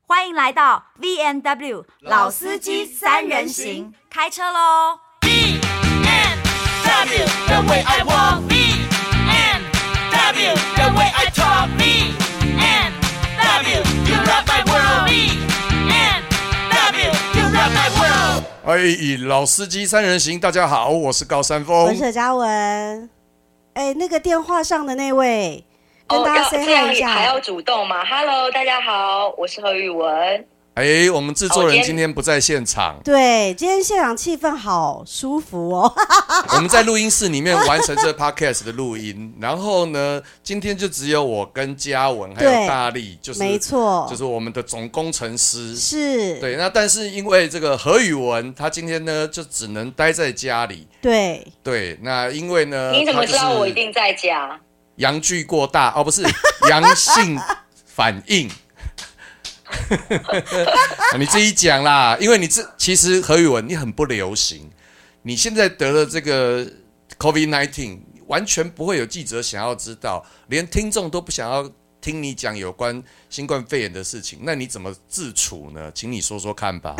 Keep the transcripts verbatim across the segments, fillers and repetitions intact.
欢迎来到 V N W 老司机三人行，开车喽 ！V N W the way I walk, V N W the way I talk, V N W you rock my world, V N W you rock my world。 哎，老司机三人行，大家好，我是高山峰， 我是嘉文。哎，那个电话上的那位，跟大家 say hi 一下。 还要主动吗 ？Hello， 大家好，我是何宇文。 哎，我们制作人今天不在现场。 对，今天现场气氛好舒服哦。 我们在录音室里面完成这 podcast 的录音，然后呢，今天就只有我跟嘉文还有大力，就是没错， 就是我们的总工程师。 是。 对，那但是因为这个何宇文，他今天呢就只能待在家里。 对。 对，那因为呢， 你怎么知道我一定在家？ 阳具过大哦，不是阳性反应。你自己讲啦，因为你这其实何宇文你很不流行，你现在得了这个 COVID 十九， 完全不会有记者想要知道，连听众都不想要听你讲有关新冠肺炎的事情，那你怎么自处呢？请你说说看吧。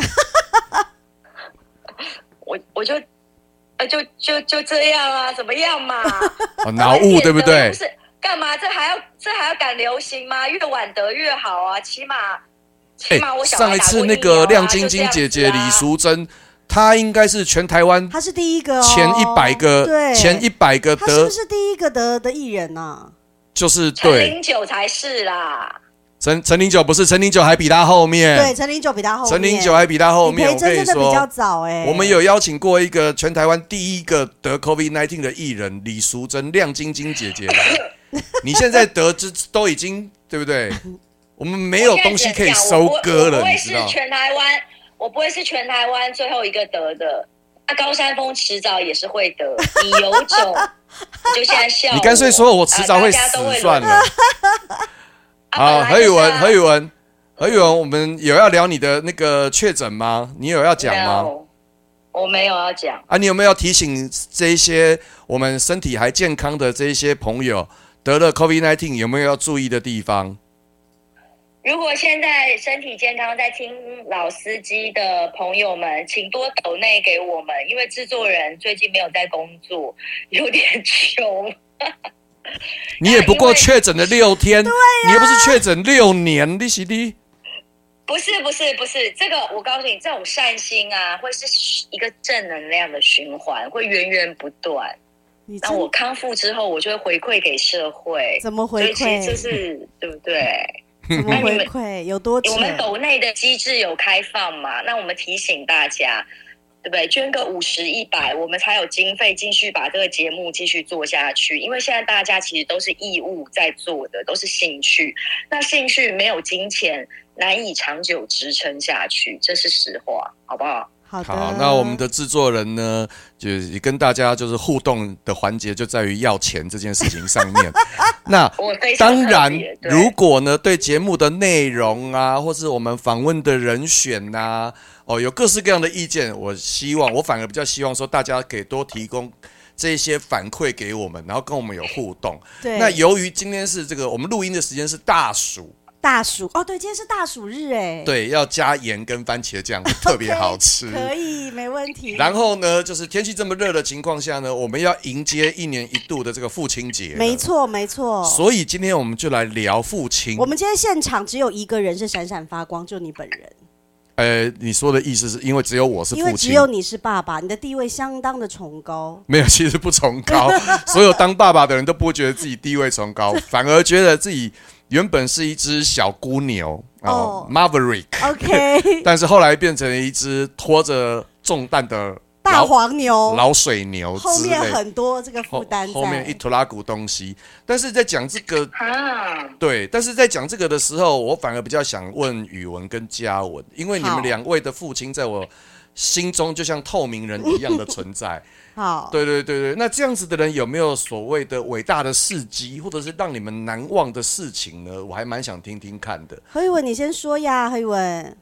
我我就呃就就就这样啊，怎么样嘛？ 哦，脑雾对不对？ 不是干嘛？这还要这还要赶流行吗？越晚得越好啊，起码。欸、 上一次那个亮晶晶姐姐李淑珍，她应该是全台湾， 她是第一个、哦、 前一百个， 对， 前一百个得，她是不是第一个得的艺人啊？ 就是对， 陈零九才是啦。 陈陈零九不是，陈零九还比他后面， 对，陈零九比他后面， 陈零九还比他后面。 我跟你说，比较早哎、欸。 我们有邀请过一个全台湾第一个得 COVID 十九 的艺人李淑珍，亮晶晶姐姐来。你现在得这都已经对不对？我们没有东西可以收割了， 你知道？我不会是全台湾，我不会是全台湾最后一个得的。那高山峰迟早也是会得，你有种，你就现在笑我。 你干脆说我迟早会死算了。好，何宇文，何宇文，何宇文，我们有要聊你的那个确诊吗？你有要讲吗？ 我没有要讲啊，你有没有要提醒这一些我们身体还健康的这一些朋友得了 COVID 十九 有没有要注意的地方？ 如果现在身体健康在听老司机的朋友们，请多抖内给我们，因为制作人最近没有在工作，有点穷。 你也不过确诊了六天，啊、你又不是确诊六年，你是你？ 不是不是不是，这个我告诉你，这种善心啊，会是一个正能量的循环，会源源不断。那我康复之后，我就会回馈给社会。 怎么回馈？ 所以其实这是对不对？ 怎么回馈？有多扯？ 我们抖内的机制有开放嘛？那我们提醒大家，对不对？捐个五十、一百，我们才有经费继续把这个节目继续做下去。因为现在大家其实都是义务在做的，都是兴趣。那兴趣没有金钱，难以长久支撑下去，这是实话，好不好？ 好的， 好，那我们的制作人呢，就是跟大家就是互动的环节就在于要钱这件事情上面。那当然，如果呢对节目的内容啊，或是我们访问的人选啊，哦，有各式各样的意见，我希望我反而比较希望说大家可以多提供这些反馈给我们，然后跟我们有互动。 对。 那由于今天是这个我们录音的时间是大暑。 大暑哦，对，今天是大暑日哎， 对，要加盐跟番茄酱，特别好吃， okay, 可以，没问题。 然后呢，就是天气这么热的情况下呢，我们要迎接一年一度的这个父亲节， 没错，没错。 所以今天我们就来聊父亲。 我们今天现场只有一个人是闪闪发光，就你本人。 呃，你说的意思是因为只有我是父亲， 因为只有你是爸爸，你的地位相当的崇高。 没有，其实不崇高，所有当爸爸的人都不会觉得自己地位崇高，反而觉得自己。原本是一只小孤牛哦、oh, Maverick，OK， 但是后来变成了一只拖着重担的大黄牛、 老水牛之类， 后面很多这个负担在， 后面一拖拉股东西。但是在讲这个，对，但是在讲这个的时候，我反而比较想问宇文跟嘉文，因为你们两位的父亲在我心中就像透明人一样的存在。 好， 对对对对，那这样子的人有没有所谓的伟大的事迹，或者是让你们难忘的事情呢？我还蛮想听听看的。 何宇文，你先说呀，何宇文。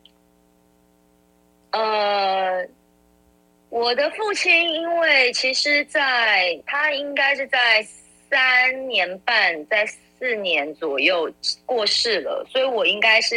呃，我的父亲，因为其实在他应该是在三年半，在四年左右过世了，所以我应该是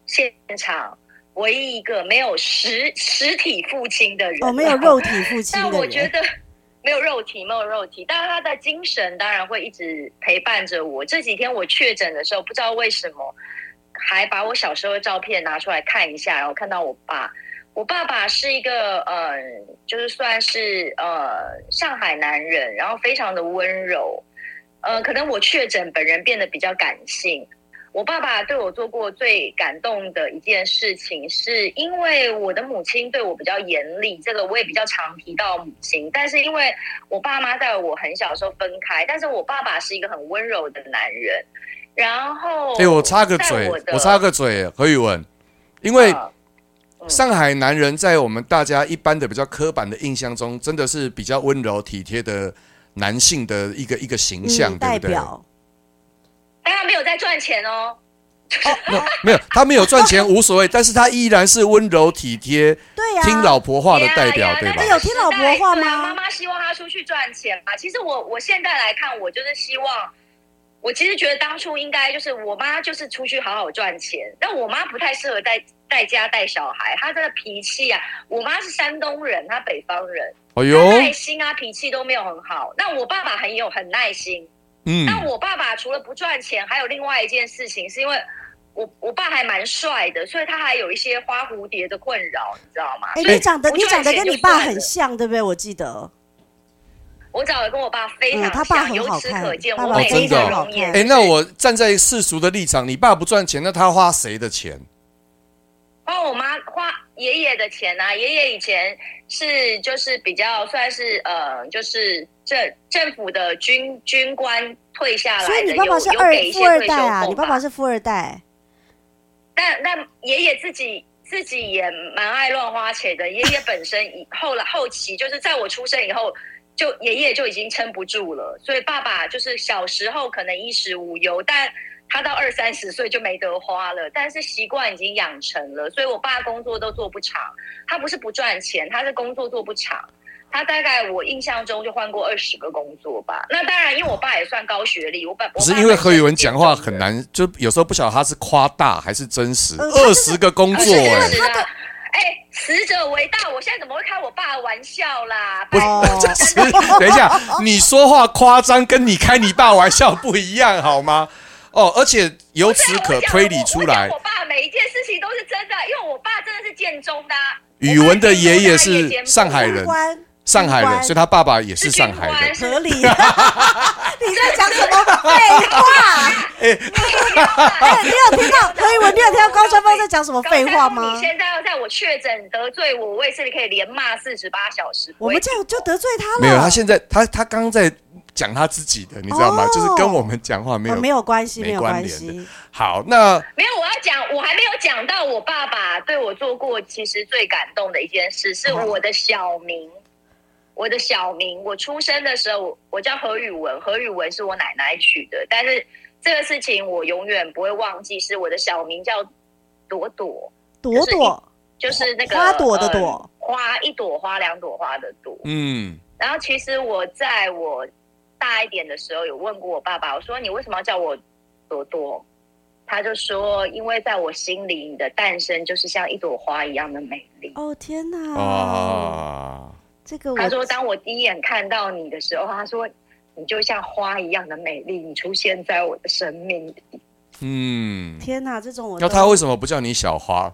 现场唯一一个没有实实体父亲的人。 哦，没有肉体父亲的人。 但我觉得没有肉体，没有肉体，但是他的精神当然会一直陪伴着我。这几天我确诊的时候，不知道为什么还把我小时候的照片拿出来看一下，然后看到我爸。我爸爸是一个呃，就是算是呃上海男人，然后非常的温柔。呃，可能我确诊，本人变得比较感性。我爸爸对我做过最感动的一件事情，是因为我的母亲对我比较严厉，这个我也比较常提到母亲。但是因为我爸妈在我很小的时候分开，但是我爸爸是一个很温柔的男人。然后， 哎、欸，我插个嘴，我, 我插个嘴，何宇文，因为。呃上海男人在我们大家一般的比较刻板的印象中，真的是比较温柔体贴的男性的一个一个形象， 嗯、 对不对？ 但他没有在赚钱哦。 哦没有，他没有赚钱无所谓，但是他依然是温柔体贴， 对呀、啊， 听老婆话的代表， yeah, yeah, 对吧？ 他有听老婆话吗？ 妈妈希望他出去赚钱嘛。其实我我现在来看，我就是希望。我其实觉得当初应该就是我妈就是出去好好赚钱，但我妈不太适合带带家带小孩，她真的脾气啊，我妈是山东人，她北方人， 哎呦， 耐心啊脾气都没有很好。那我爸爸很有很耐心，嗯，但我爸爸除了不赚钱，还有另外一件事情，是因为我我爸还蛮帅的，所以他还有一些花蝴蝶的困扰，你知道吗？ 哎、欸，你长得你长得跟你爸很像，对不对？我记得。 我长得跟我爸非常像， 嗯、他爸很好看， 由此可见， 我美丽的容颜。哎、 欸，那我站在世俗的立场，你爸不赚钱，那他花谁的钱？ 花我妈花爷爷的钱啊！爷爷以前是就是比较算是呃，就是政政府的军军官退下来的， 所以你爸爸是二富二代啊？你爸爸是富二代， 但但爷爷自己。自己也蛮爱乱花钱的。爷爷本身以后来后期，就是在我出生以后，就爷爷就已经撑不住了，所以爸爸就是小时候可能衣食无忧，但他到二三十岁就没得花了。但是习惯已经养成了，所以我爸工作都做不长。他不是不赚钱，他是工作做不长。他大概我印象中就换过二十个工作吧。那当然，因为我爸也算高学历，我爸不是因为何宇文讲话很难，就有时候不晓得他是夸大还是真实。二十个工作、欸， 哎、呃，哎、欸，死者为大，我现在怎么会开我爸的玩笑啦？ 不是，等一下，你说话夸张，跟你开你爸玩笑不一样，好吗？哦，而且由此可推理出来， 我, 我, 我爸每一件事情都是真的，因为我爸真的是建中的、啊。 宇文的爷爷是上海人。上海人，所以他爸爸也是上海人， 合理。你在讲什么废话？哎、欸，你有听到何宇文？你有听到高山峰在讲什么废话吗？ 你现在要在我确诊得罪我，我也是可以连骂四十八小时。 我们这样就得罪他了。 没有，他现在他他刚刚在讲他自己的，你知道吗？哦、就是跟我们讲话没有、哦、 没有关系，没有关系。 好，那没有，我要讲，我还没有讲到我爸爸对我做过其实最感动的一件事，是我的小名。我的小名，我出生的时候，我叫何宇文，何宇文是我奶奶取的，但是这个事情我永远不会忘记，是我的小名叫朵朵， 朵朵， 就是、就是那个花朵的朵、 呃，花一朵花两朵花的朵， 嗯。 然后其实我在我大一点的时候有问过我爸爸，我说你为什么要叫我朵朵？他就说，因为在我心里，你的诞生就是像一朵花一样的美丽。 哦天哪！ 啊。 这个他说，当我第一眼看到你的时候，他说你就像花一样的美丽，你出现在我的生命里。 嗯， 天哪，这种我那他为什么不叫你小花？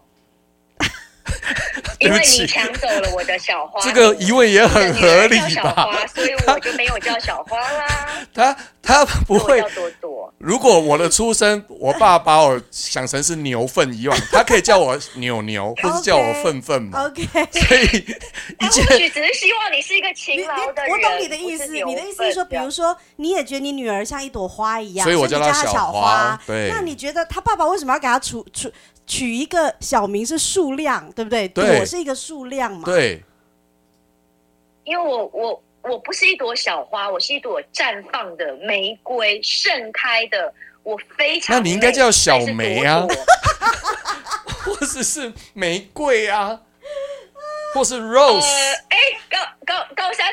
因为你抢走了我的小花。 这个疑问也很合理吧？ 小花，所以我就没有叫小花啦。 他他不会叫朵朵。 如果我的出生，我爸把我想成是牛粪一样，他可以叫我牛牛，或是叫我粪粪嘛。 OK， 所以一件或许只是希望你是一个勤劳的人。 我懂你的意思，你的意思是说，比如说你也觉得你女儿像一朵花一样， 所以我叫她小花。对， 那你觉得他爸爸为什么要给他取取取一个小名是数量，对不对？ 对， 朵是一个数量嘛。 对， 因为我我。我不是一朵小花，我是一朵绽放的玫瑰，盛开的。我非常美。 那你应该叫小梅啊，或者是玫瑰啊，或是 rose。 呃，哎，高高高山峰，高山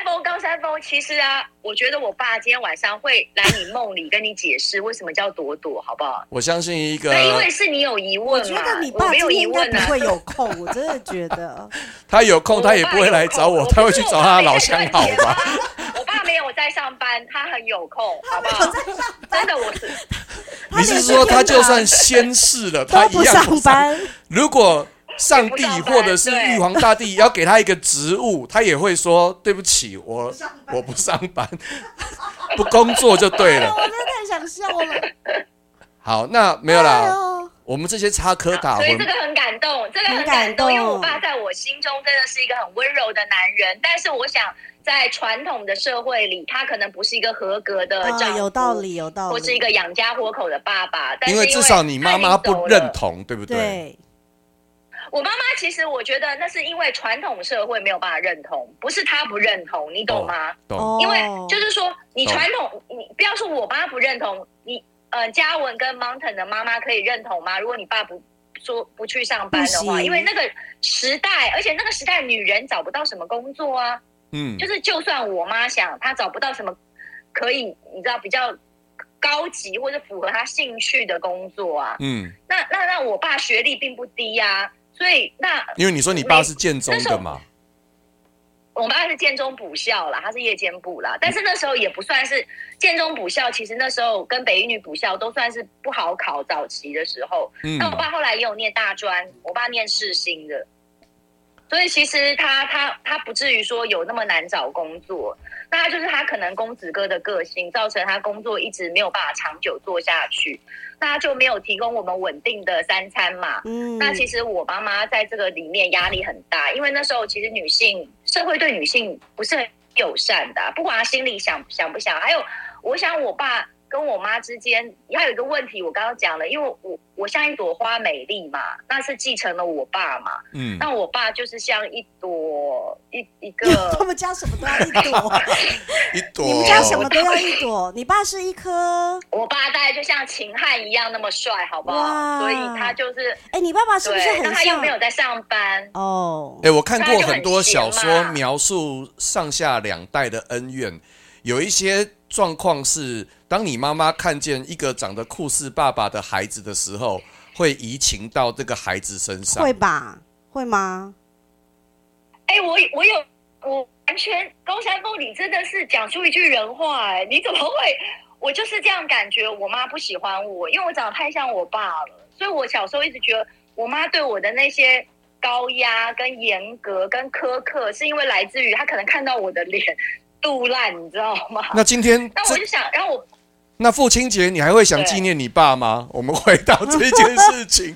山峰，其实啊，我觉得我爸今天晚上会来你梦里跟你解释为什么叫朵朵，好不好？ 我相信一个， 对，因为是你有疑问嘛， 我觉得你爸没有今天应该疑问啊不会有空，我真的觉得他有空，他也不会来找我，他会去找他的老相好吧。 我爸没有在上班，他很有空，好不好？真的，我是。 你是说他就算仙逝了，他一样不上班？ 如果上帝或者是玉皇大帝要给他一个职务，他也会说对不起，我我不上班，不工作就对了。 我真的太想笑了。 好，那没有啦。 哎我们这些插科打诨， 所以这个很感动，这个很感动，因为我爸在我心中真的是一个很温柔的男人，但是我想在传统的社会里，他可能不是一个合格的丈夫， 啊、有道理，有道理， 或是一个养家活口的爸爸。但是因为至少你妈妈不认同，对不对？ 对。 我妈妈其实我觉得那是因为传统社会没有办法认同，不是她不认同，你懂吗？ 懂。 因为就是说，你传统，你不要说我妈不认同，你呃，嘉文跟 Mountain 的妈妈可以认同吗？如果你爸不说不去上班的话，因为那个时代，而且那个时代女人找不到什么工作啊，嗯，就是就算我妈想，她找不到什么可以，你知道比较高级或者符合她兴趣的工作啊，嗯，那那那我爸学历并不低啊。所以那因为你说你爸是建中的嘛， 我爸是建中补校啦，他是夜间部啦，但是那时候也不算是建中补校，其实那时候跟北一女补校都算是不好考，早期的时候。嗯，那我爸后来也有念大专，我爸念世新的，所以其实他他他不至于说有那么难找工作。那他就是他可能公子哥的个性，造成他工作一直没有办法长久做下去。那他就没有提供我们稳定的三餐嘛。嗯，那其实我妈妈在这个里面压力很大，因为那时候其实女性社会对女性不是很友善的、啊，不管她心里想想不想。还有，我想我爸跟我妈之间还有一个问题，我刚刚讲了，因为我我像一朵花美丽嘛，那是继承了我爸嘛。嗯，那我爸就是像一朵一一个， 他们家什么都要一朵， 一朵， 你们家什么都要一朵。你爸是一颗， 我爸大概就像秦汉一样那么帅，好不好？所以他就是， 哎、欸，你爸爸是不是很像？ 那他又没有在上班哦。 哎、欸，我看过很多小说描述上下两代的恩怨，有一些状况是，当你妈妈看见一个长得酷似爸爸的孩子的时候，会移情到这个孩子身上， 会吧？会吗？ 哎、欸，我我有，我完全高山峰，你真的是讲出一句人话、欸，哎，你怎么会？我就是这样感觉，我妈不喜欢我，因为我长得太像我爸了，所以我小时候一直觉得我妈对我的那些高压、跟严格、跟苛刻，是因为来自于她可能看到我的脸肚烂，你知道吗？ 那今天， 那我就想，然后我， 那父亲节你还会想纪念你爸吗？我们回到这件事情。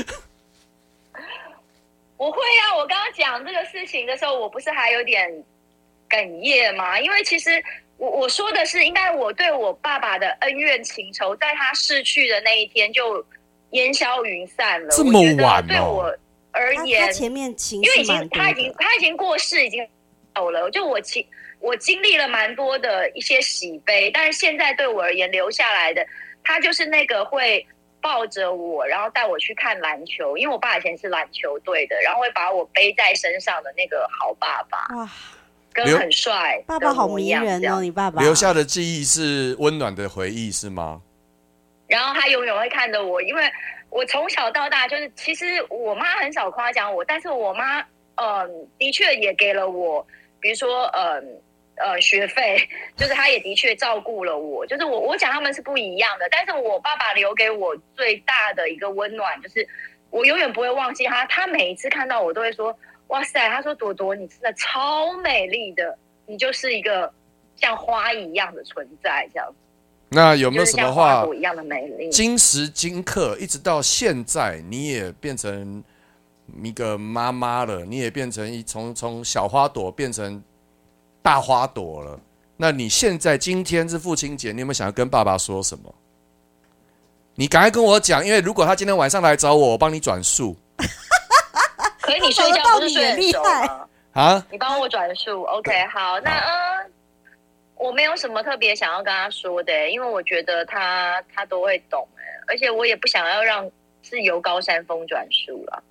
我会啊，我刚刚讲这个事情的时候，我不是还有点哽咽吗？因为其实我我说的是，应该我对我爸爸的恩怨情仇，在他逝去的那一天就烟消云散了。 这么晚哦？ 对我而言， 他, 他前面情因为已经他已经他已经过世，已经走了。就我经我经历了蛮多的一些喜悲，但是现在对我而言留下来的，他就是那个会抱着我，然后带我去看篮球，因为我爸以前是篮球队的，然后会把我背在身上的那个好爸爸。哇，跟很帅， 爸爸好迷人哦！你爸爸留下的记忆是温暖的回忆是吗？ 然后他永远会看着我，因为我从小到大就是，其实我妈很少夸奖我，但是我妈嗯的确也给了我，比如说嗯。呃，学费就是他也的确照顾了我，就是我我讲他们是不一样的，但是我爸爸留给我最大的一个温暖，就是我永远不会忘记他，他每一次看到我都会说，哇塞，他说朵朵你真的超美丽的，你就是一个像花一样的存在，这样。 那有没有什么话， 像花朵一样的美丽， 今时今刻一直到现在，你也变成一个妈妈了，你也变成一从从小花朵变成大花朵了，那你现在今天是父亲节，你有没有想要跟爸爸说什么？你赶快跟我讲，因为如果他今天晚上来找我，我帮你转述。 可以，你睡觉不是睡很熟吗？ 啊？ 你帮我转述 ，OK， 好，那嗯，我没有什么特别想要跟他说的，因为我觉得他他都会懂，而且我也不想要让是由高山峰转述了。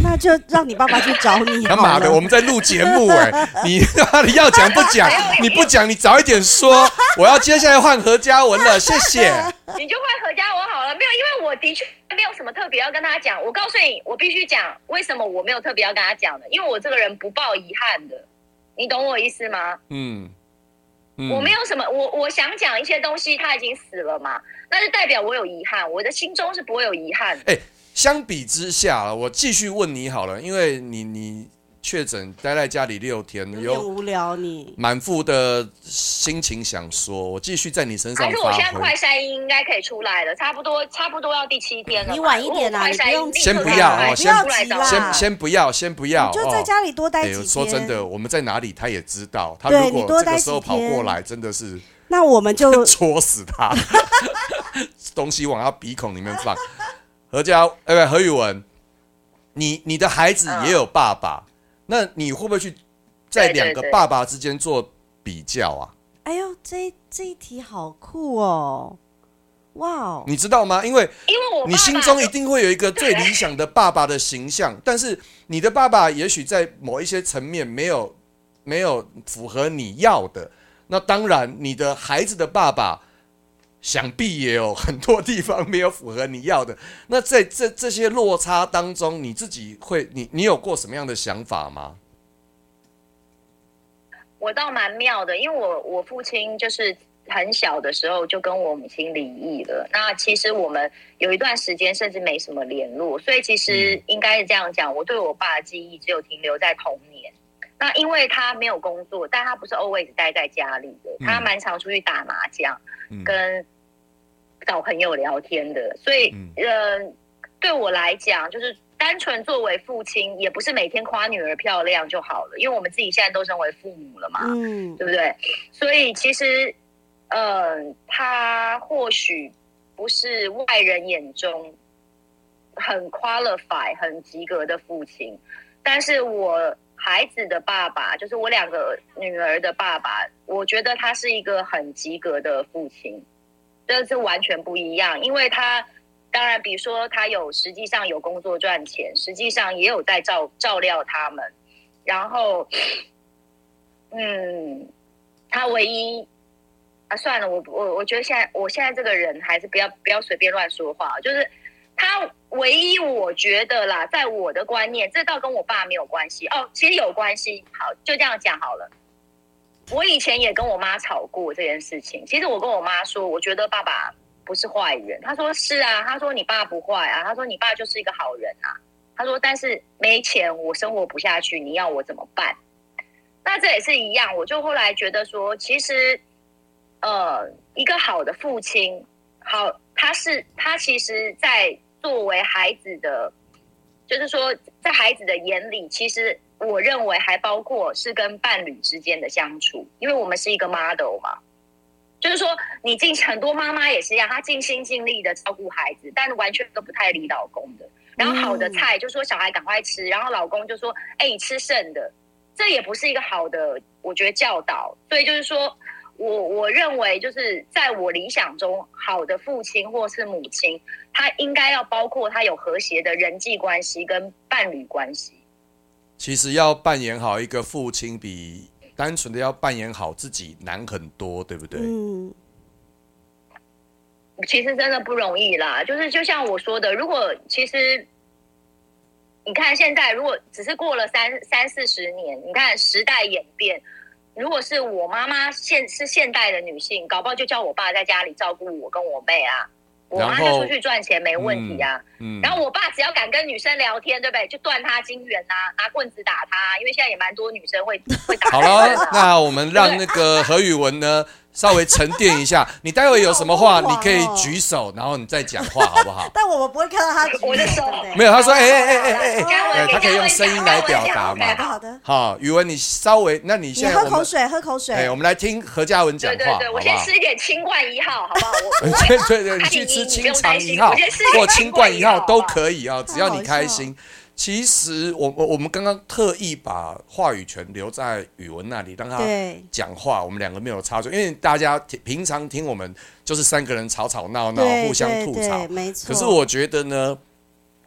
那就让你爸爸去找你。 他妈的，我们在录节目哎、欸，你你要讲不讲？你不讲，你早一点说。我要接下来换何嘉文了，谢谢。 你就换何嘉文好了，没有，因为我的确没有什么特别要跟他讲。我告诉你，我必须讲为什么我没有特别要跟他讲的，因为我这个人不抱遗憾的，你懂我意思吗？嗯。嗯我没有什么，我我想讲一些东西，他已经死了嘛，那就代表我有遗憾，我的心中是不会有遗憾的。 哎、欸，相比之下，我继续问你好了，因为你你确诊待在家里六天， 有点无聊，你满腹的心情想说，我继续在你身上发挥。 还是我现在快筛阴应该可以出来了，差不多差不多要第七天了。 你晚一点啦，你不用先不要哦， 先不要先先不要，先不要， 你就在家里多待几天。 欸、说真的，我们在哪里他也知道，他如果这个时候跑过来，真的是那我们就戳死他，东西往他鼻孔里面放。何嘉，哎，何宇文，你你的孩子也有爸爸。嗯那你会不会去在两个爸爸之间做比较啊？ 对对对哎呦，这这一题好酷哦！哇哦， 你知道吗？因为因为我你心中一定会有一个最理想的爸爸的形象，但是你的爸爸也许在某一些层面没有没有符合你要的。那当然，你的孩子的爸爸想必也有很多地方没有符合你要的。那在这这些落差当中，你自己会你你有过什么样的想法吗？ 我倒蛮妙的，因为我我父亲就是很小的时候就跟我母亲离异了。那其实我们有一段时间甚至没什么联络，所以其实应该是这样讲，我对我爸的记忆只有停留在童年。那因为他没有工作，但他不是 always 待在家里的，他蛮常出去打麻将，嗯、跟找朋友聊天的，所以、嗯、呃，对我来讲，就是单纯作为父亲，也不是每天夸女儿漂亮就好了，因为我们自己现在都身为父母了嘛，嗯，对不对？所以其实，呃，他或许不是外人眼中很 qualify、很及格的父亲，但是我孩子的爸爸，就是我两个女儿的爸爸，我觉得他是一个很及格的父亲。这是完全不一样，因为他当然，比如说他有实际上有工作赚钱，实际上也有在照照料他们。然后，嗯，他唯一啊，算了，我我我觉得现在我现在这个人还是不要不要随便乱说话，就是他唯一我觉得啦，在我的观念，这倒跟我爸没有关系哦，其实有关系。好，就这样讲好了。我以前也跟我妈吵过这件事情。其实我跟我妈说，我觉得爸爸不是坏人。她说是啊，她说你爸不坏啊，她说你爸就是一个好人啊。她说但是没钱，我生活不下去，你要我怎么办？那这也是一样，我就后来觉得说，其实，呃，一个好的父亲，好，他是他其实在作为孩子的，就是说在孩子的眼里，其实。我认为还包括是跟伴侣之间的相处，因为我们是一个 model 嘛，就是说你尽很多妈妈也是一样，她尽心尽力的照顾孩子，但完全都不太理老公的。然后好的菜就说小孩赶快吃，然后老公就说哎、欸、你吃剩的，这也不是一个好的我觉得教导。所以就是说我我认为就是在我理想中，好的父亲或是母亲，他应该要包括他有和谐的人际关系跟伴侣关系。 其实要扮演好一个父亲，比单纯的要扮演好自己难很多，对不对？嗯， 其实真的不容易啦。就是就像我说的，如果其实你看现在，如果只是过了三三四十年，你看时代演变，如果是我妈妈现是现代的女性，搞不好就叫我爸在家里照顾我跟我妹啊。我妈就出去赚钱没问题啊，嗯嗯、然后我爸只要敢跟女生聊天，对不对？就断她金源啊，拿棍子打她，因为现在也蛮多女生会会打。 好了，那我们让那个何宇文呢稍微沉淀一下，你待会有什么话，你可以举手，然后你再讲话，好不好？ 但我们不会看到他举我的手， 没有，他说哎哎哎哎哎，他可以用声音来表达嘛。 好的好的。 好，宇文你稍微，那你现在你喝口水，喝口水。 哎，我们来听何嘉文讲话， 对对对，我先吃一点清冠一号，好不好？ 对对对，你去吃清肠一号或清冠一号都可以啊，只要你开心。其实我我们刚刚特意把话语权留在宇文那里，让他讲话，我们两个没有插嘴，因为大家平常听我们就是三个人吵吵闹闹，互相吐槽。 没错。 可是我觉得呢，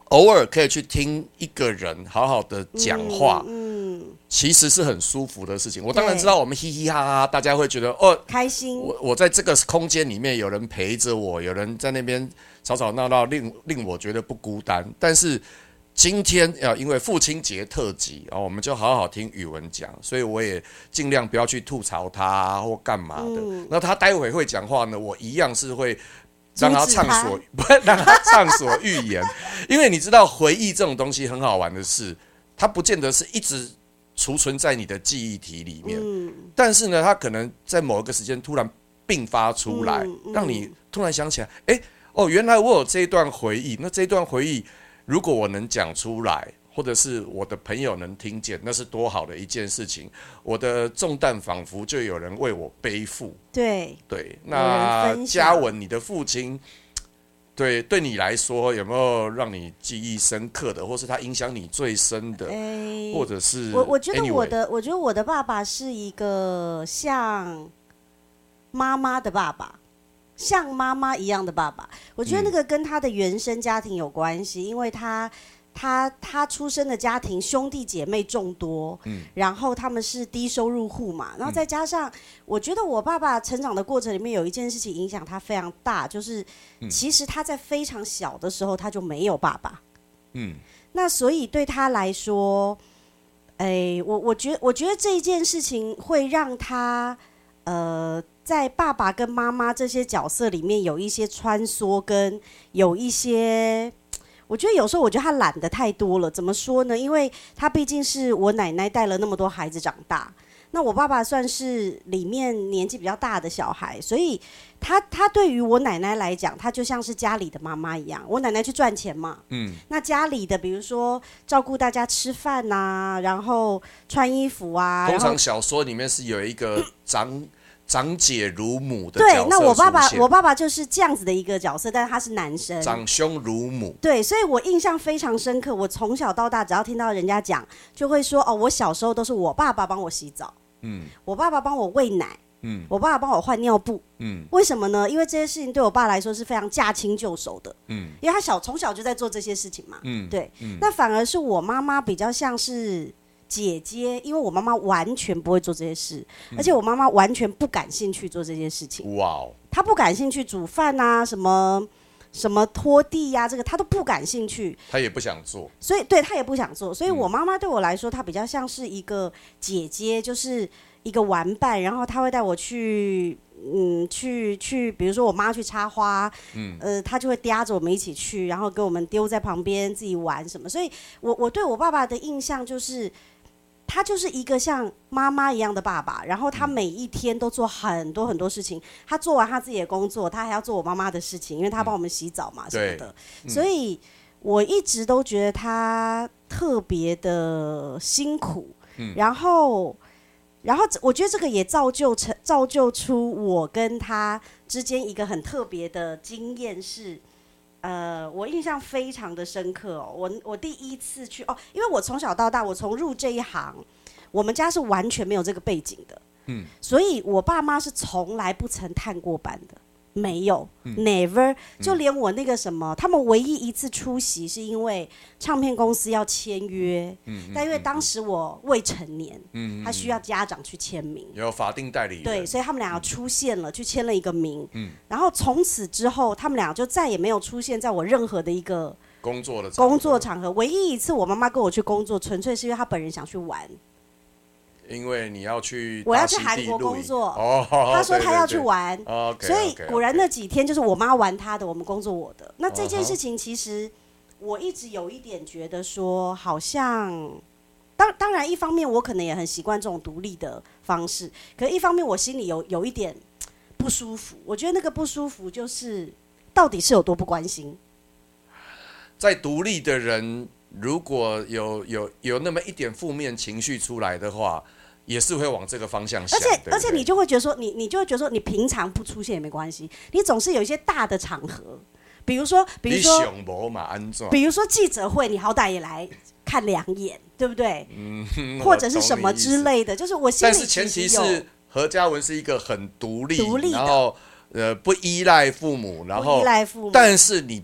偶尔可以去听一个人好好的讲话， 嗯，嗯其实是很舒服的事情。我当然知道我们嘻嘻哈哈，大家会觉得哦开心。 我我在这个空间里面有人陪着我，有人在那边吵吵闹闹，令令我觉得不孤单。但是今天啊，因为父亲节特辑啊，我们就好好听宇文讲，所以我也尽量不要去吐槽他或干嘛的。嗯、那他待会会讲话呢，我一样是会让他畅所，不让他畅所欲言，因为你知道回忆这种东西很好玩的是，它不见得是一直储存在你的记忆体里面，嗯、但是呢，它可能在某一个时间突然迸发出来，嗯嗯、让你突然想起来，哎，哦，原来我有这一段回忆，那这一段回忆。如果我能讲出来，或者是我的朋友能听见，那是多好的一件事情。我的重担仿佛就有人为我背负。 对对，那嘉文，你的父亲，对对你来说有没有让你记忆深刻的，或是他影响你最深的，欸、或者是我我觉得我的，我觉得我的爸爸是一个像妈妈的爸爸。像妈妈一样的爸爸，我觉得那个跟他的原生家庭有关系，嗯、因为他他他出生的家庭兄弟姐妹众多，嗯、然后他们是低收入户嘛，然后再加上，嗯、我觉得我爸爸成长的过程里面有一件事情影响他非常大，就是其实他在非常小的时候他就没有爸爸，嗯，那所以对他来说，哎，我我觉得我觉得这一件事情会让他呃。在爸爸跟妈妈这些角色里面有一些穿梭，跟有一些，我觉得有时候我觉得他懒得太多了。怎么说呢？因为他毕竟是我奶奶带了那么多孩子长大，那我爸爸算是里面年纪比较大的小孩，所以他他对于我奶奶来讲，他就像是家里的妈妈一样。我奶奶去赚钱嘛，嗯，那家里的比如说照顾大家吃饭啊，然后穿衣服啊， 通常小说里面是有一个长。长姐如母的角色， 对，那我爸爸，我爸爸就是这样子的一个角色，但是他是男生， 长兄如母， 对，所以我印象非常深刻。我从小到大，只要听到人家讲，就会说哦，我小时候都是我爸爸帮我洗澡，嗯，我爸爸帮我喂奶，嗯，我爸爸帮我换尿布，嗯，为什么呢？因为这些事情对我爸来说是非常驾轻就熟的，嗯，因为他小从小就在做这些事情嘛，嗯，对，嗯、那反而是我妈妈比较像是。姐姐，因为我妈妈完全不会做这些事，嗯、而且我妈妈完全不感兴趣做这些事情。哇哦！她不感兴趣煮饭啊，什么什么拖地呀、啊，这个她都不感兴趣。 她也不想做， 所以对她也不想做。所以我妈妈对我来说，她比较像是一个姐姐，就是一个玩伴，然后她会带我去。嗯，去去，比如说我妈去插花，嗯，呃，她就会嗲着我们一起去，然后给我们丢在旁边自己玩什么。所以我我对我爸爸的印象就是，他就是一个像妈妈一样的爸爸，然后他每一天都做很多很多事情。他做完他自己的工作，他还要做我妈妈的事情，因为他帮我们洗澡嘛、嗯、什么的。嗯、所以我一直都觉得他特别的辛苦，嗯、然后。然后我觉得这个也造就成造就出我跟他之间一个很特别的经验是，呃，我印象非常的深刻哦。我我第一次去哦，因为我从小到大，我从入这一行，我们家是完全没有这个背景的，嗯，所以我爸妈是从来不曾探过班的。没有、嗯、，never， 就连我那个什么，嗯、他们唯一一次出席是因为唱片公司要签约，嗯、但因为当时我未成年，嗯、他需要家长去签名， 有法定代理人， 对，所以他们两个出现了，嗯、去签了一个名，嗯、然后从此之后，他们俩就再也没有出现在我任何的一个工作的工作场合。唯一一次我妈妈跟我去工作，纯粹是因为她本人想去玩。 因为你要去， 我要去韩国工作。哦，他说他要去玩，对对对，所以果然那几天就是我妈玩她的，我们工作我的。那这件事情其实我一直有一点觉得说，好像当当然一方面我可能也很习惯这种独立的方式，可是一方面我心里有有一点不舒服。我觉得那个不舒服就是到底是有多不关心。 在独立的人，如果有有有那么一点负面情绪出来的话。也是会往这个方向想， 而且对对而且你就会觉得说，你你就会觉得说，你平常不出现也没关系，你总是有一些大的场合，比如说，比如说，比如说记者会，你好歹也来看两眼，对不对？嗯，或者是什么之类的，就是我心里但是前提是何嘉文是一个很独立，独立然后呃不依赖父母，然后不依赖父母， 但是你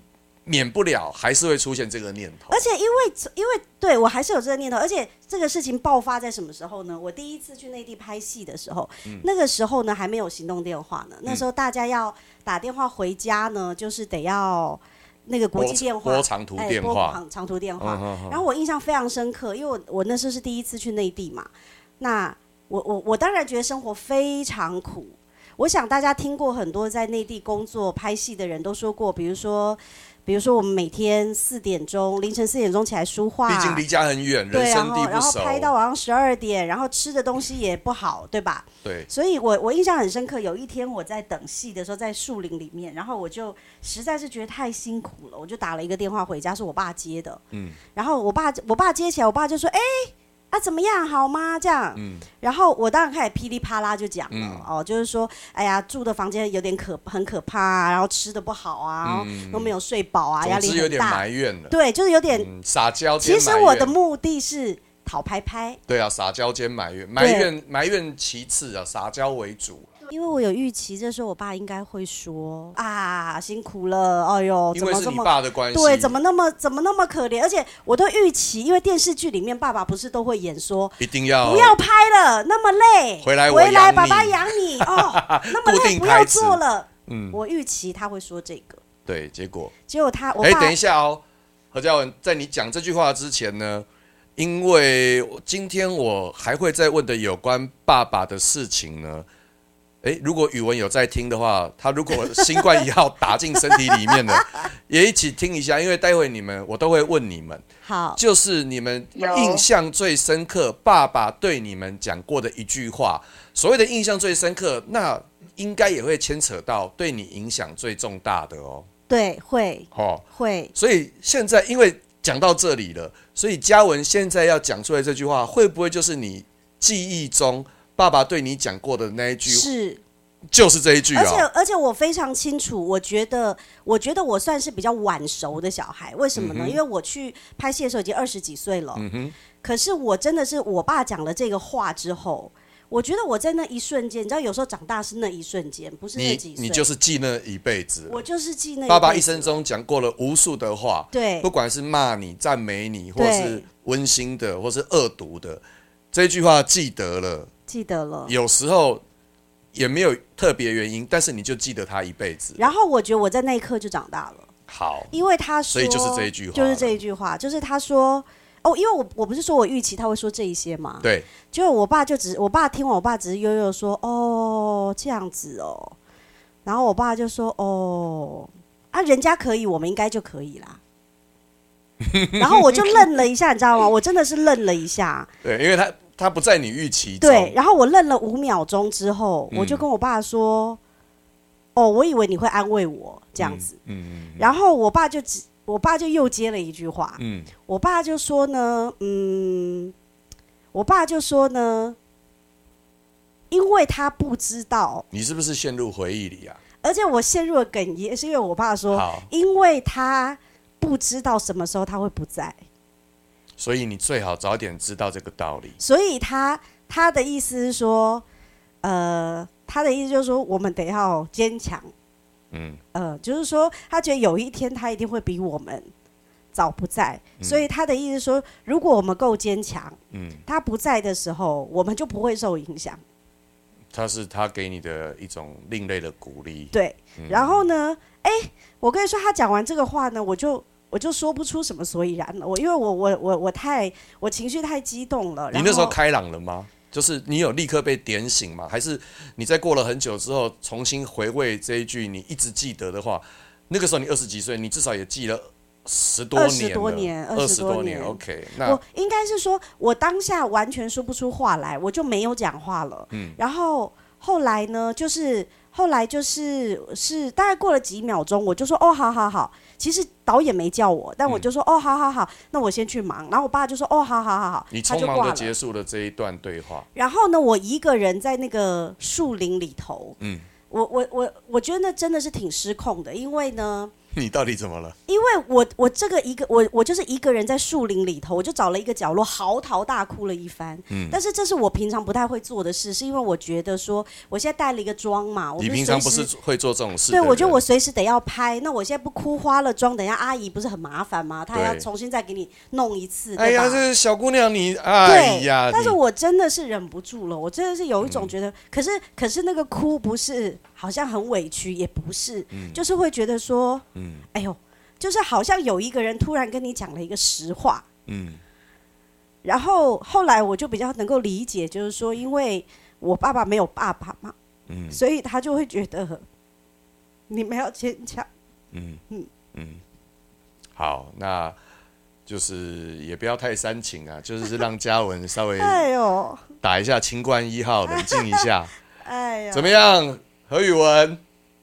免不了还是会出现这个念头。 而且因为因为对我还是有这个念头，而且这个事情爆发在什么时候呢？我第一次去内地拍戏的时候，嗯、那个时候呢还没有行动电话呢，那时候大家要打电话回家呢，就是得要那个国际电话， 拨长途电话， 哎、拨长途电话、嗯。然后我印象非常深刻，因为我我那时候是第一次去内地嘛，那我我我当然觉得生活非常苦。我想大家听过很多在内地工作拍戏的人都说过，比如说，比如说我们每天四点钟凌晨四点钟起来梳化， 毕竟离家很远，人生地不熟， 然后拍到晚上十二点，然后吃的东西也不好，对吧？ 对。 所以我我印象很深刻，有一天我在等戏的时候，在树林里面，然后我就实在是觉得太辛苦了，我就打了一个电话回家，是我爸接的，嗯，然后我爸我爸接起来，我爸就说，哎、欸。啊，怎么样，好吗？这样，嗯、然后我当然开始噼里啪啦就讲了、嗯、哦，就是说，哎呀，住的房间有点可很可怕啊，然后吃的不好啊，嗯、然后都没有睡饱啊，压力很大， 有点埋怨了， 对，就是有点、 嗯、撒娇。 其实我的目的是讨拍拍， 对啊，撒娇兼埋怨，埋怨埋怨其次啊，撒娇为主。 因为我有预期，这时候我爸应该会说啊，辛苦了，哎呦，怎么这么， 因为是你爸的关系， 对，怎么那么怎么那么可怜？而且我都预期，因为电视剧里面爸爸不是都会演说， 一定要不要拍了，那么累， 回来我回来爸爸养你哦，那么累不要做了。 嗯， 我预期他会说这个， 对，结果结果他，哎， 等一下哦，何嘉文，在你讲这句话之前呢，因为今天我还会再问的有关爸爸的事情呢。哎，如果宇文有在听的话，他如果新冠一号打进身体里面了，也一起听一下，因为待会你们我都会问你们， 好， 就是你们印象最深刻，爸爸对你们讲过的一句话。所谓的印象最深刻，那应该也会牵扯到对你影响最重大的哦。 对，会，哦，会。 所以现在因为讲到这里了，所以嘉文现在要讲出来这句话，会不会就是你记忆中爸爸对你讲过的那一句？ 是， 就是这一句啊！ 而且而且我非常清楚，我觉得我觉得我算是比较晚熟的小孩，为什么呢？嗯、因为我去拍戏的时候已经二十几岁了，嗯哼。可是我真的是我爸讲了这个话之后，我觉得我在那一瞬间，你知道，有时候长大是那一瞬间，不是那几岁。 你你就是记那一辈子。 我就是记那一辈子。 爸爸一生中讲过了无数的话， 对， 不管是骂你、赞美你，或是温馨的，或是恶毒的，这句话记得了。 记得了， 有时候也没有特别原因，但是你就记得他一辈子。 然后我觉得我在那一刻就长大了。 好， 因为他说， 所以就是这一句话， 就是这一句话，就是他说，哦，因为我我不是说我预期他会说这一些嘛， 对。 结果我爸就只，我爸听完，我爸只是悠悠说，哦，这样子哦。然后我爸就说，哦，啊，人家可以，我们应该就可以啦。然后我就愣了一下，你知道吗？我真的是愣了一下。 对，因为他。他不在你预期中。 对，然后我愣了五秒钟之后，嗯、我就跟我爸说：“哦，我以为你会安慰我这样子。嗯”嗯嗯。然后我爸就只，我爸就又接了一句话。嗯。我爸就说呢，嗯，我爸就说呢，因为他不知道。 你是不是陷入回忆里啊？ 而且我陷入了哽咽，是因为我爸说，因为他不知道什么时候他会不在。 所以你最好早点知道这个道理。 所以他他的意思是说，呃，他的意思就是说，我们得要坚强。嗯，呃，就是说，他觉得有一天他一定会比我们早不在，嗯、所以他的意思是说，如果我们够坚强，嗯，他不在的时候，我们就不会受影响。 他是他给你的一种另类的鼓励。 对，嗯、然后呢，哎，我跟你说，他讲完这个话呢，我就。我就说不出什么所以然了，我因为我我我我太我情绪太激动了。 你那时候开朗了吗？就是你有立刻被点醒吗？还是你在过了很久之后重新回味这一句你一直记得的话？那个时候你二十几岁，你至少也记了十多年了，二十多年， 二十多年。OK， 那我应该是说，我当下完全说不出话来，我就没有讲话了。嗯，然后后来呢，就是后来就是是大概过了几秒钟，我就说哦，好好好。其实导演没叫我，但我就说、嗯、哦，好好好，那我先去忙。然后我爸就说哦，好好好好， 你匆忙的结束了这一段对话。 然后呢，我一个人在那个树林里头，嗯，我我我我觉得那真的是挺失控的，因为呢， 你到底怎么了？ 因为我我这个一个我我就是一个人在树林里头，我就找了一个角落嚎啕大哭了一番。嗯，但是这是我平常不太会做的事，是因为我觉得说我现在带了一个妆嘛，我你平常不是会做这种事的对， 人？ 我觉得我随时得要拍，那我现在不哭花了妆，等一下阿姨不是很麻烦吗？她要重新再给你弄一次， 哎呀，这小姑娘你哎呀， 但是我真的是忍不住了，我真的是有一种觉得，嗯、可是可是那个哭不是好像很委屈，也不是，嗯、就是会觉得说，嗯，哎呦。就是好像有一个人突然跟你讲了一个实话，嗯，然后后来我就比较能够理解，就是说，因为我爸爸没有爸爸嘛，嗯，所以他就会觉得你们要坚强，嗯嗯嗯，好，那就是也不要太煽情啊，就是让嘉文稍微哎呦打一下清冠一号，冷静一下，哎呦，怎么样，何宇文？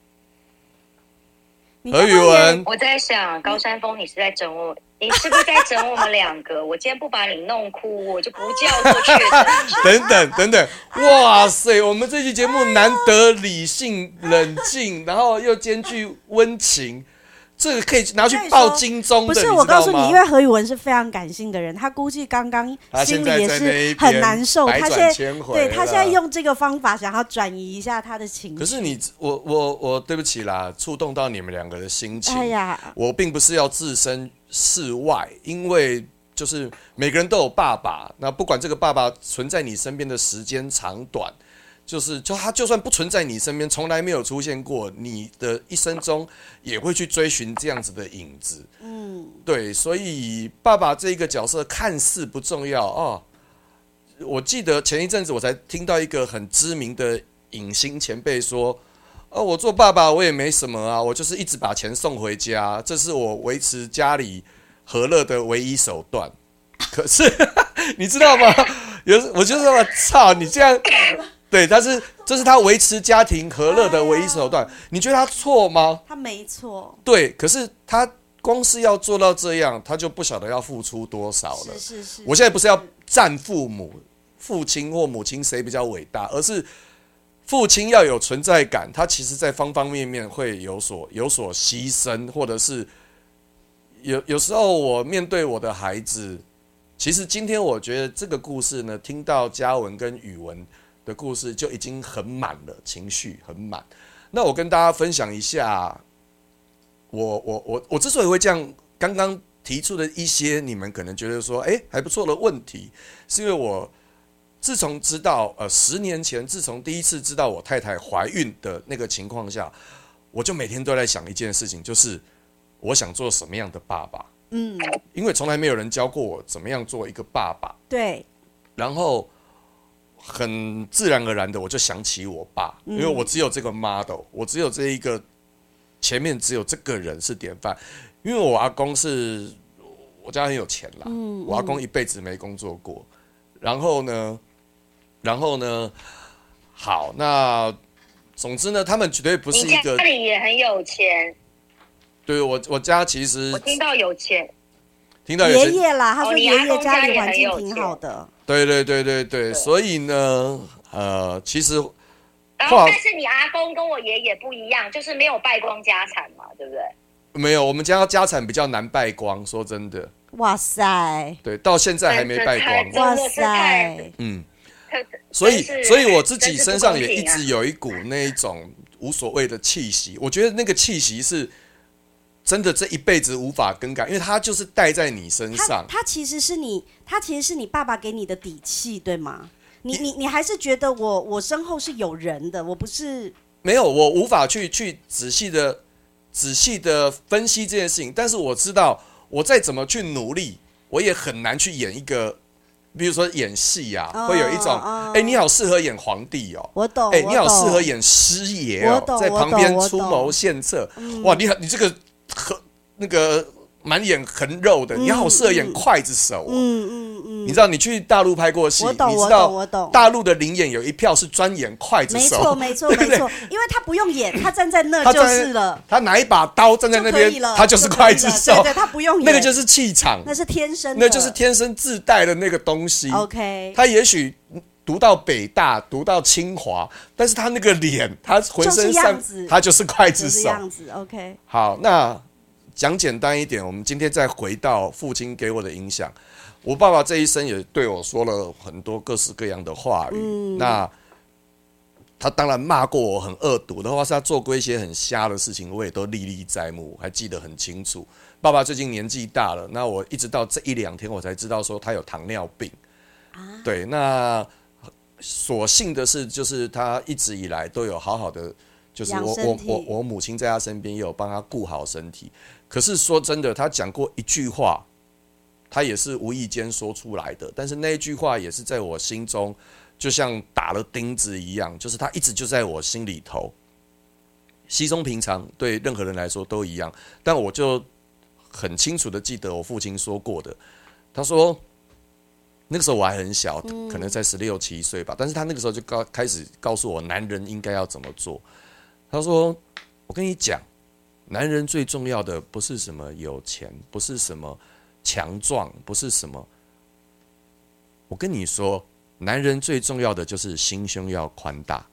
何宇文， 我在想高山峰，你是在整我，你是不是在整我们两个？我今天不把你弄哭，我就不叫做确诊。 等等等等，哇塞，我们这期节目难得理性冷静，然后又兼具温情。这个可以拿去报金钟的， 不是我告诉你，因为何宇文是非常感性的人，他估计刚刚心里也是很难受，他现在对他现在用这个方法想要转移一下他的情绪。 可是你，我我我对不起啦，触动到你们两个的心情。哎呀，我并不是要置身事外，因为就是每个人都有爸爸，那不管这个爸爸存在你身边的时间长短。就是就他就算不存在你身边，从来没有出现过，你的一生中也会去追寻这样子的影子。嗯，对，所以爸爸这一个角色看似不重要哦。我记得前一阵子我才听到一个很知名的影星前辈说：“哦，我做爸爸我也没什么啊，我就是一直把钱送回家，这是我维持家里和乐的唯一手段。”可是你知道吗？有我就说操，你这样。对，但是这是他维持家庭和乐的唯一手段。你觉得他错吗？ 他没错。 对，可是他光是要做到这样，他就不晓得要付出多少了。 是是是。 我现在不是要赞父母、父亲或母亲谁比较伟大，而是父亲要有存在感，他其实在方方面面会有所有所牺牲，或者是有有时候我面对我的孩子，其实今天我觉得这个故事呢，听到嘉文跟宇文的故事就已经很满了，情绪很满。那我跟大家分享一下，我我我我之所以会这样，刚刚提出的一些你们可能觉得说，哎、欸、还不错的问题，是因为我自从知道，呃，十年前，自从第一次知道我太太怀孕的那个情况下，我就每天都在想一件事情，就是我想做什么样的爸爸。嗯，因为从来没有人教过我怎么样做一个爸爸。 对， 然后。很自然而然的，我就想起我爸，因为我只有这个 model， 我只有这一个，前面只有这个人是典范。因为我阿公是，我家很有钱啦，嗯、我阿公一辈子没工作过，然后呢，然后呢，好，那总之呢，他们绝对不是一个。 你家里也很有钱。 对，我我家其实。 我听到有钱。 听到有钱。 爷爷啦，他说爷爷家里环境挺好的。 对对对对 对, 对，所以呢，呃，其实， 然后但是你阿公跟我爷爷不一样，就是没有败光家产嘛，对不对？ 没有，我们家家产比较难败光，说真的。 哇塞！ 对，到现在还没败光。 哇塞！ 嗯，所以，所以我自己身上也一直有一股那一种无所谓的气息，我觉得那个气息是。真的这一辈子无法更改，因为他就是带在你身上。 他, 他其实是你，他其实是你爸爸给你的底气，对吗？你你你还是觉得我我身后是有人的，我不是没有，我无法去去仔细的仔细的分析这件事情。但是我知道，我再怎么去努力，我也很难去演一个，比如说演戏啊，哦、会有一种，哎、哦欸，你好适合演皇帝哦， 我懂， 哎、欸，你好适合演师爷哦，在旁边出谋献策，哇，你你这个。那个满眼横肉的，嗯、你好适合演刽子手、哦。嗯嗯嗯，你知道你去大陆拍过戏， 我懂， 你知道我懂。 大陆的灵演有一票是专演刽子手， 没错没错没错，因为他不用演，他站在那就是了。 他拿一把刀站在那边，他就是刽子手， 对对，他不用演， 那个就是气场， 那是天生的， 那就是天生自带的那个东西。 OK， 他也许。读到北大，读到清华，但是他那个脸，他浑身上，他就是刽子手。 就是样子 ，OK。 好，那讲简单一点，我们今天再回到父亲给我的影响。我爸爸这一生也对我说了很多各式各样的话语。嗯、那他当然骂过我很恶毒的话，是他做过一些很瞎的事情，我也都历历在目，还记得很清楚。爸爸最近年纪大了，那我一直到这一两天我才知道说他有糖尿病。啊、对，那所幸的是，就是他一直以来都有好好的。就是我我我我母亲在他身边也有帮他顾好身体，可是说真的，他讲过一句话，他也是无意间说出来的，但是那一句话也是在我心中就像打了钉子一样，就是他一直就在我心里头，稀松平常，对任何人来说都一样，但我就很清楚的记得我父亲说过的，他说。那个时候我还很小，可能在十六七岁吧，但是他那个时候就告开始告诉我，男人应该要怎么做。他说：“我跟你讲，男人最重要的不是什么有钱，不是什么强壮，不是什么。我跟你说，男人最重要的就是心胸要宽大。”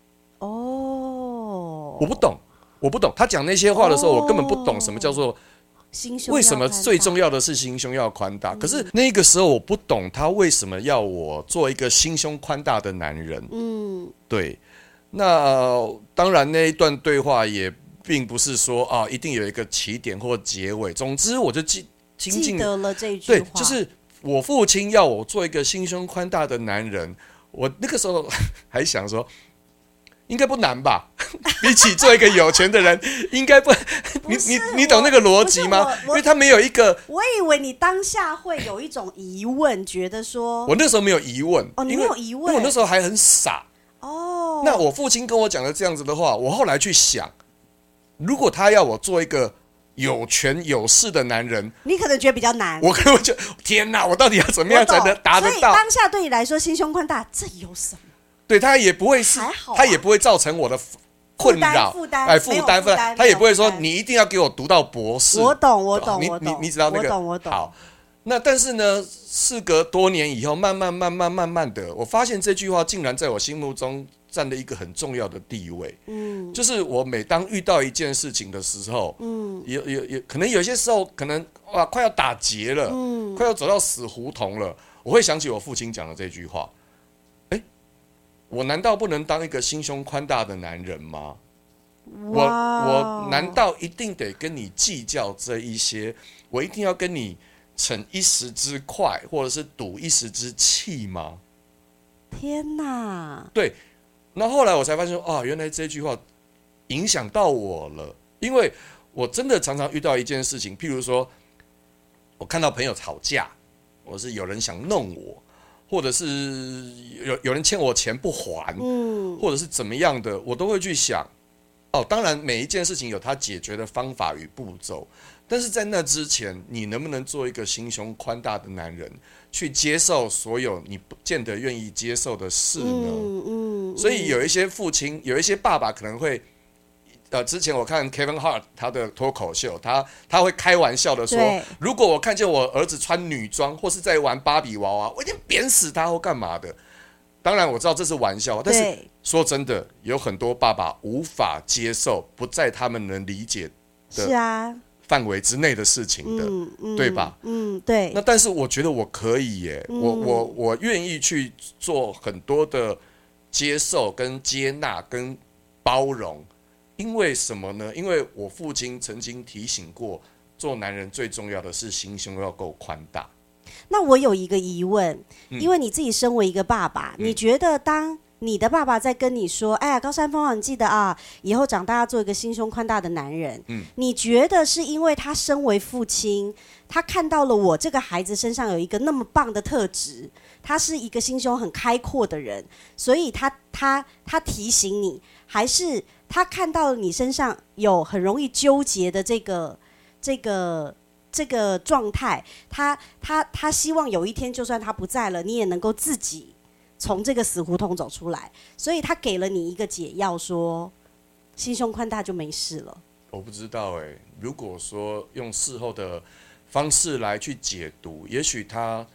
哦，我不懂，我不懂。他讲那些话的时候，我根本不懂什么叫做。为什么最重要的是心胸要宽大？可是那个时候我不懂他为什么要我做一个心胸宽大的男人。嗯，对。那当然那一段对话也并不是说啊一定有一个起点或结尾。总之我就记记得了这一句话。 对，就是我父亲要我做一个心胸宽大的男人。我那个时候还想说。应该不难吧？比起做一个有钱的人，应该不，你你你懂那个逻辑吗？因为他没有一个。 我以为你当下会有一种疑问，觉得说， 我那时候没有疑问。 哦，你没有疑问， 因为我那时候还很傻。哦。那我父亲跟我讲的这样子的话，我后来去想，如果他要我做一个有权有势的男人， 你可能觉得比较难。 我可能觉得，天哪，我到底要怎么样才能达得到？ 所以当下对你来说，心胸宽大，这有什么？ 对他也不会是， 啊、 他也不会造成我的困扰， 负担， 哎，负担，负担，他也不会说你一定要给我读到博士。 我懂，我懂， 你我懂， 你你知道那个， 我懂，我懂。 好，那但是呢，事隔多年以后，慢慢慢慢慢慢的，我发现这句话竟然在我心目中占了一个很重要的地位。嗯，就是我每当遇到一件事情的时候，嗯，有有有可能有些时候可能哇快要打结了，嗯，快要走到死胡同了，我会想起我父亲讲的这句话。我难道不能当一个心胸宽大的男人吗？我我难道一定得跟你计较这一些？我一定要跟你逞一时之快，或者是赌一时之气吗？ 天哪！ 对，那后来我才发现说，哦，原来这句话影响到我了，因为我真的常常遇到一件事情，譬如说，我看到朋友吵架，或是有人想弄我。或者是有有人欠我钱不还，嗯，或者是怎么样的，我都会去想。哦，当然每一件事情有它解决的方法与步骤，但是在那之前，你能不能做一个心胸宽大的男人，去接受所有你不见得愿意接受的事呢？嗯嗯嗯、所以有一些父亲，有一些爸爸可能会。呃，之前我看 Kevin Hart 他的脱口秀，他他会开玩笑的说，如果我看见我儿子穿女装或是在玩芭比娃娃，我一定扁死他或干嘛的。当然我知道这是玩笑，但是说真的，有很多爸爸无法接受不在他们能理解的范围之内的事情的，嗯嗯、对吧？ 嗯，对。 那但是我觉得我可以耶，嗯、我我我愿意去做很多的接受、跟接纳、跟包容。因为什么呢？因为我父亲曾经提醒过，做男人最重要的是心胸要够宽大。 那我有一个疑问，嗯、因为你自己身为一个爸爸，嗯、你觉得当你的爸爸在跟你说：“哎呀，高山峰啊，你记得啊，以后长大要做一个心胸宽大的男人。嗯”你觉得是因为他身为父亲，他看到了我这个孩子身上有一个那么棒的特质，他是一个心胸很开阔的人，所以他他他提醒你，还是？他看到你身上有很容易纠结的这个、这个、这个状态，他他他希望有一天，就算他不在了，你也能够自己从这个死胡同走出来。所以他给了你一个解药，说心胸宽大就没事了。 我不知道哎、欸，如果说用事后的方式来去解读，也许他，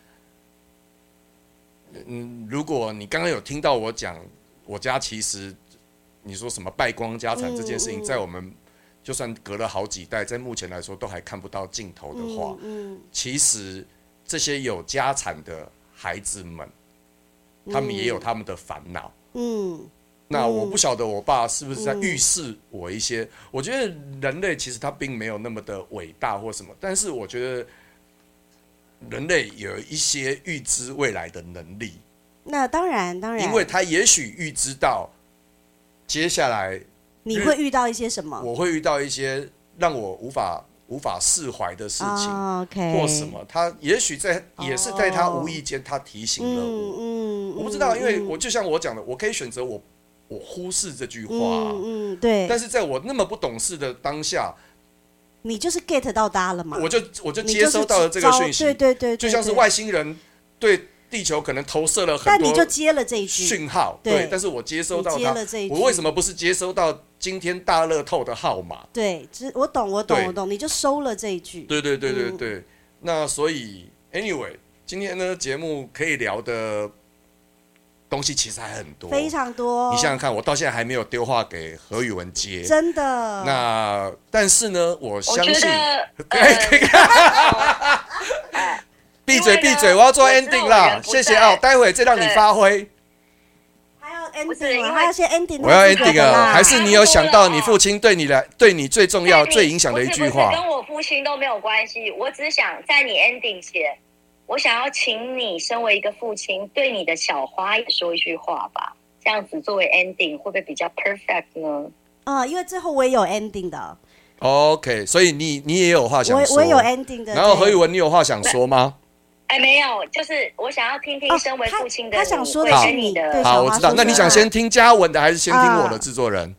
嗯，如果你刚刚有听到我讲，我家其实。你说什么败光家产这件事情，在我们就算隔了好几代，在目前来说都还看不到尽头的话， 嗯嗯、 其实这些有家产的孩子们，他们也有他们的烦恼。嗯，那我不晓得我爸是不是在预示我一些。嗯、我觉得人类其实他并没有那么的伟大或什么，但是我觉得人类有一些预知未来的能力。 那当然，当然， 因为他也许预知到接下来你会遇到一些什么， 我会遇到一些让我无法无法释怀的事情， 哦 okay、 或什么。他也许在也是在他无意间，他提醒了我。嗯嗯、我不知道，因为我就像我讲的，我可以选择我我忽视这句话、啊， 嗯嗯，对。 但是在我那么不懂事的当下， 你就是 get 到他了嘛？ 我就我就接收到了这个讯息， 对对 对, 对， 就像是外星人对地球可能投射了很多， 但你就接了这一句讯号， 对， 对，但是我接收到它，我为什么不是接收到今天大乐透的号码？ 对，我懂，我懂，我懂，你就收了这一句。 对对对对对，嗯、那所以 anyway， 今天呢节目可以聊的东西其实还很多， 非常多。 你想想看，我到现在还没有丢话给何宇文接， 真的。 那但是呢，我相信，闭嘴闭嘴！我要做 ending 啦，谢谢啊！待会再让你发挥。 还要 ending 啊，还要先 ending。 我要 ending 啊！还是你有想到你父亲对你来对你最重要、最影响的一句话？ 跟我父亲都没有关系，我只想在你 ending 前，我想要请你身为一个父亲，对你的小花也说一句话吧。这样子作为 ending 会不会比较 perfect 呢？ 啊、嗯，因为最后我也有 ending 的。 OK， 所以你你也有话想说， 我我有 ending 的。 然后何宇文，你有话想说吗？ 哎，没有，就是我想要听听身为父亲的、 哦、他, 他想说的是你的。 好，我知道。那你想先听嘉文的，还是先听我的制作人？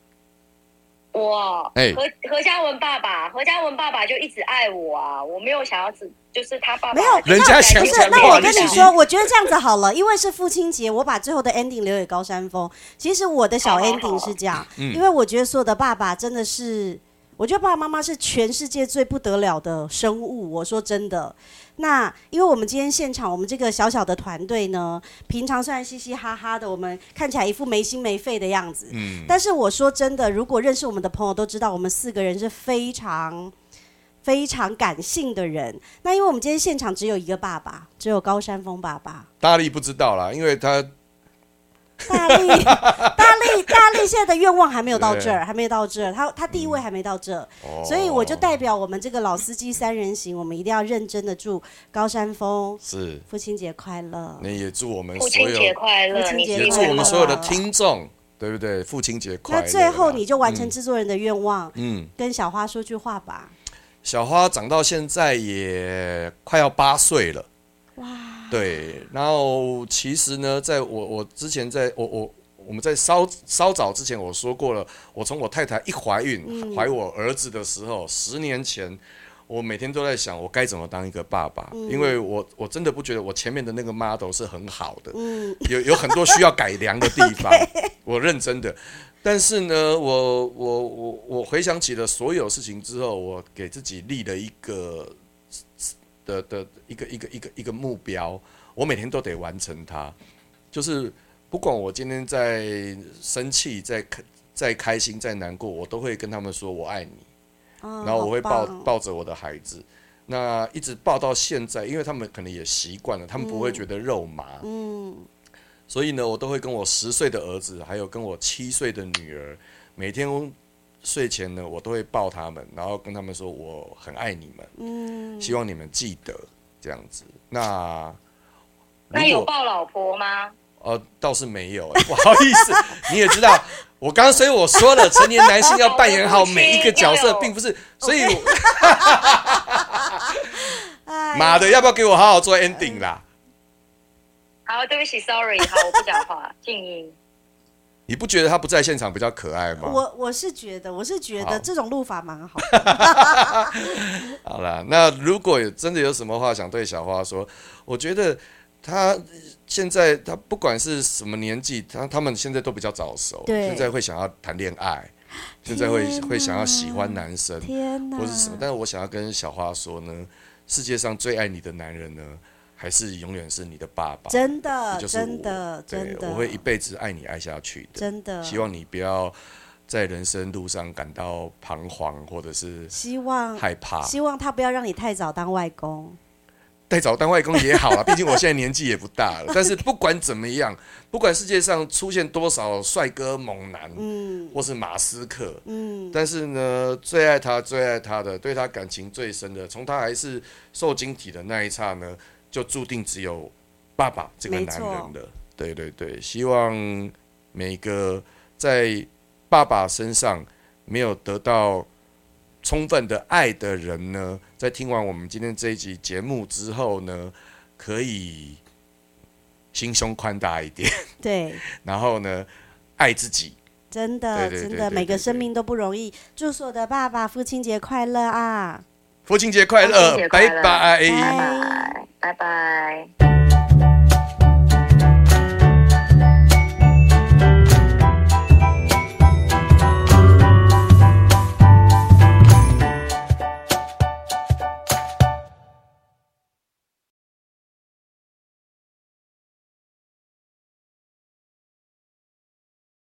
我，哎，何何嘉文爸爸，何嘉文爸爸就一直爱我啊，我没有想要只就是他爸爸。 没有， 人家想讲。 那我跟你说，我觉得这样子好了，因为是父亲节，我把最后的 ending 留给高山峰。其实我的小 ending 是这样， 嗯、 因为我觉得所有的爸爸真的是。我觉得爸爸妈妈是全世界最不得了的生物，我说真的。那因为我们今天现场，我们这个小小的团队呢，平常虽然嘻嘻哈哈的，我们看起来一副没心没肺的样子，嗯，但是我说真的，如果认识我们的朋友都知道，我们四个人是非常非常感性的人。那因为我们今天现场只有一个爸爸，只有高山峰爸爸。 大力不知道啦，因为他。 大力，大力，大力现在的愿望还没有到这儿，还没有到这儿，他他地位还没到这，嗯、所以我就代表我们这个老司机三人行，我们一定要认真的祝高山峰是父亲节快乐， 那也祝我们父亲节快乐， 也祝我们所有的听众，对不对？父亲节快乐。 那最后你就完成制作人的愿望，嗯，跟小花说句话吧。 小花长到现在也快要八岁了。哇，对，然后其实呢，在我我之前在我我我们在稍稍早之前我说过了，我从我太太一怀孕、嗯、怀我儿子的时候，十年前，我每天都在想我该怎么当一个爸爸，嗯、因为我我真的不觉得我前面的那个 model 是很好的，嗯、有有很多需要改良的地方，okay、我认真的。但是呢，我我我我回想起了所有事情之后，我给自己立了一个。的的一个一个一个一个目标，我每天都得完成它。就是不管我今天在生气、在在开心、在难过，我都会跟他们说我爱你。哦、然后我会抱抱着我的孩子，那一直抱到现在，因为他们可能也习惯了，他们不会觉得肉麻。嗯。所以呢，我都会跟我十岁的儿子，还有跟我七岁的女儿，每天。睡前呢，我都会抱他们，然后跟他们说我很爱你们，嗯，希望你们记得这样子。那那有抱老婆吗？ 呃，倒是没有，不好意思，你也知道，我刚刚所以我说了，成年男性要扮演好每一个角色，并不是，所以我，妈的，要不要给我好好做 ending 啦？ 好，对不起 ，sorry， 好，我不讲话，静音。 你不觉得他不在现场比较可爱吗？ 我我是觉得，我是觉得这种录法蛮好的。 好啦，那如果有真的有什么话想对小花说，我觉得他现在他不管是什么年纪，他他们现在都比较早熟，现在会想要谈恋爱，现在会会想要喜欢男生，或是什么。但是我想要跟小花说呢，世界上最爱你的男人呢。还是永远是你的爸爸， 真的，真的，真的， 我会一辈子爱你爱下去的， 真的。 希望你不要在人生路上感到彷徨或者是希望害怕， 希望他不要让你太早当外公。 太早当外公也好啊，毕竟我现在年纪也不大了。但是不管怎么样，不管世界上出现多少帅哥猛男，嗯，或是马斯克，嗯，但是呢，最爱他、最爱他的，对他感情最深的，从他还是受精体的那一刹呢，就注定只有爸爸这个男人了。对对对，希望每个在爸爸身上没有得到充分的爱的人呢，在听完我们今天这一集节目之后呢，可以心胸宽大一点， 对， 然后呢，爱自己， 真的对对对对对对真的，每个生命都不容易。祝所有的爸爸父亲节快乐啊！ 父亲节快乐，拜拜， 拜拜，拜拜。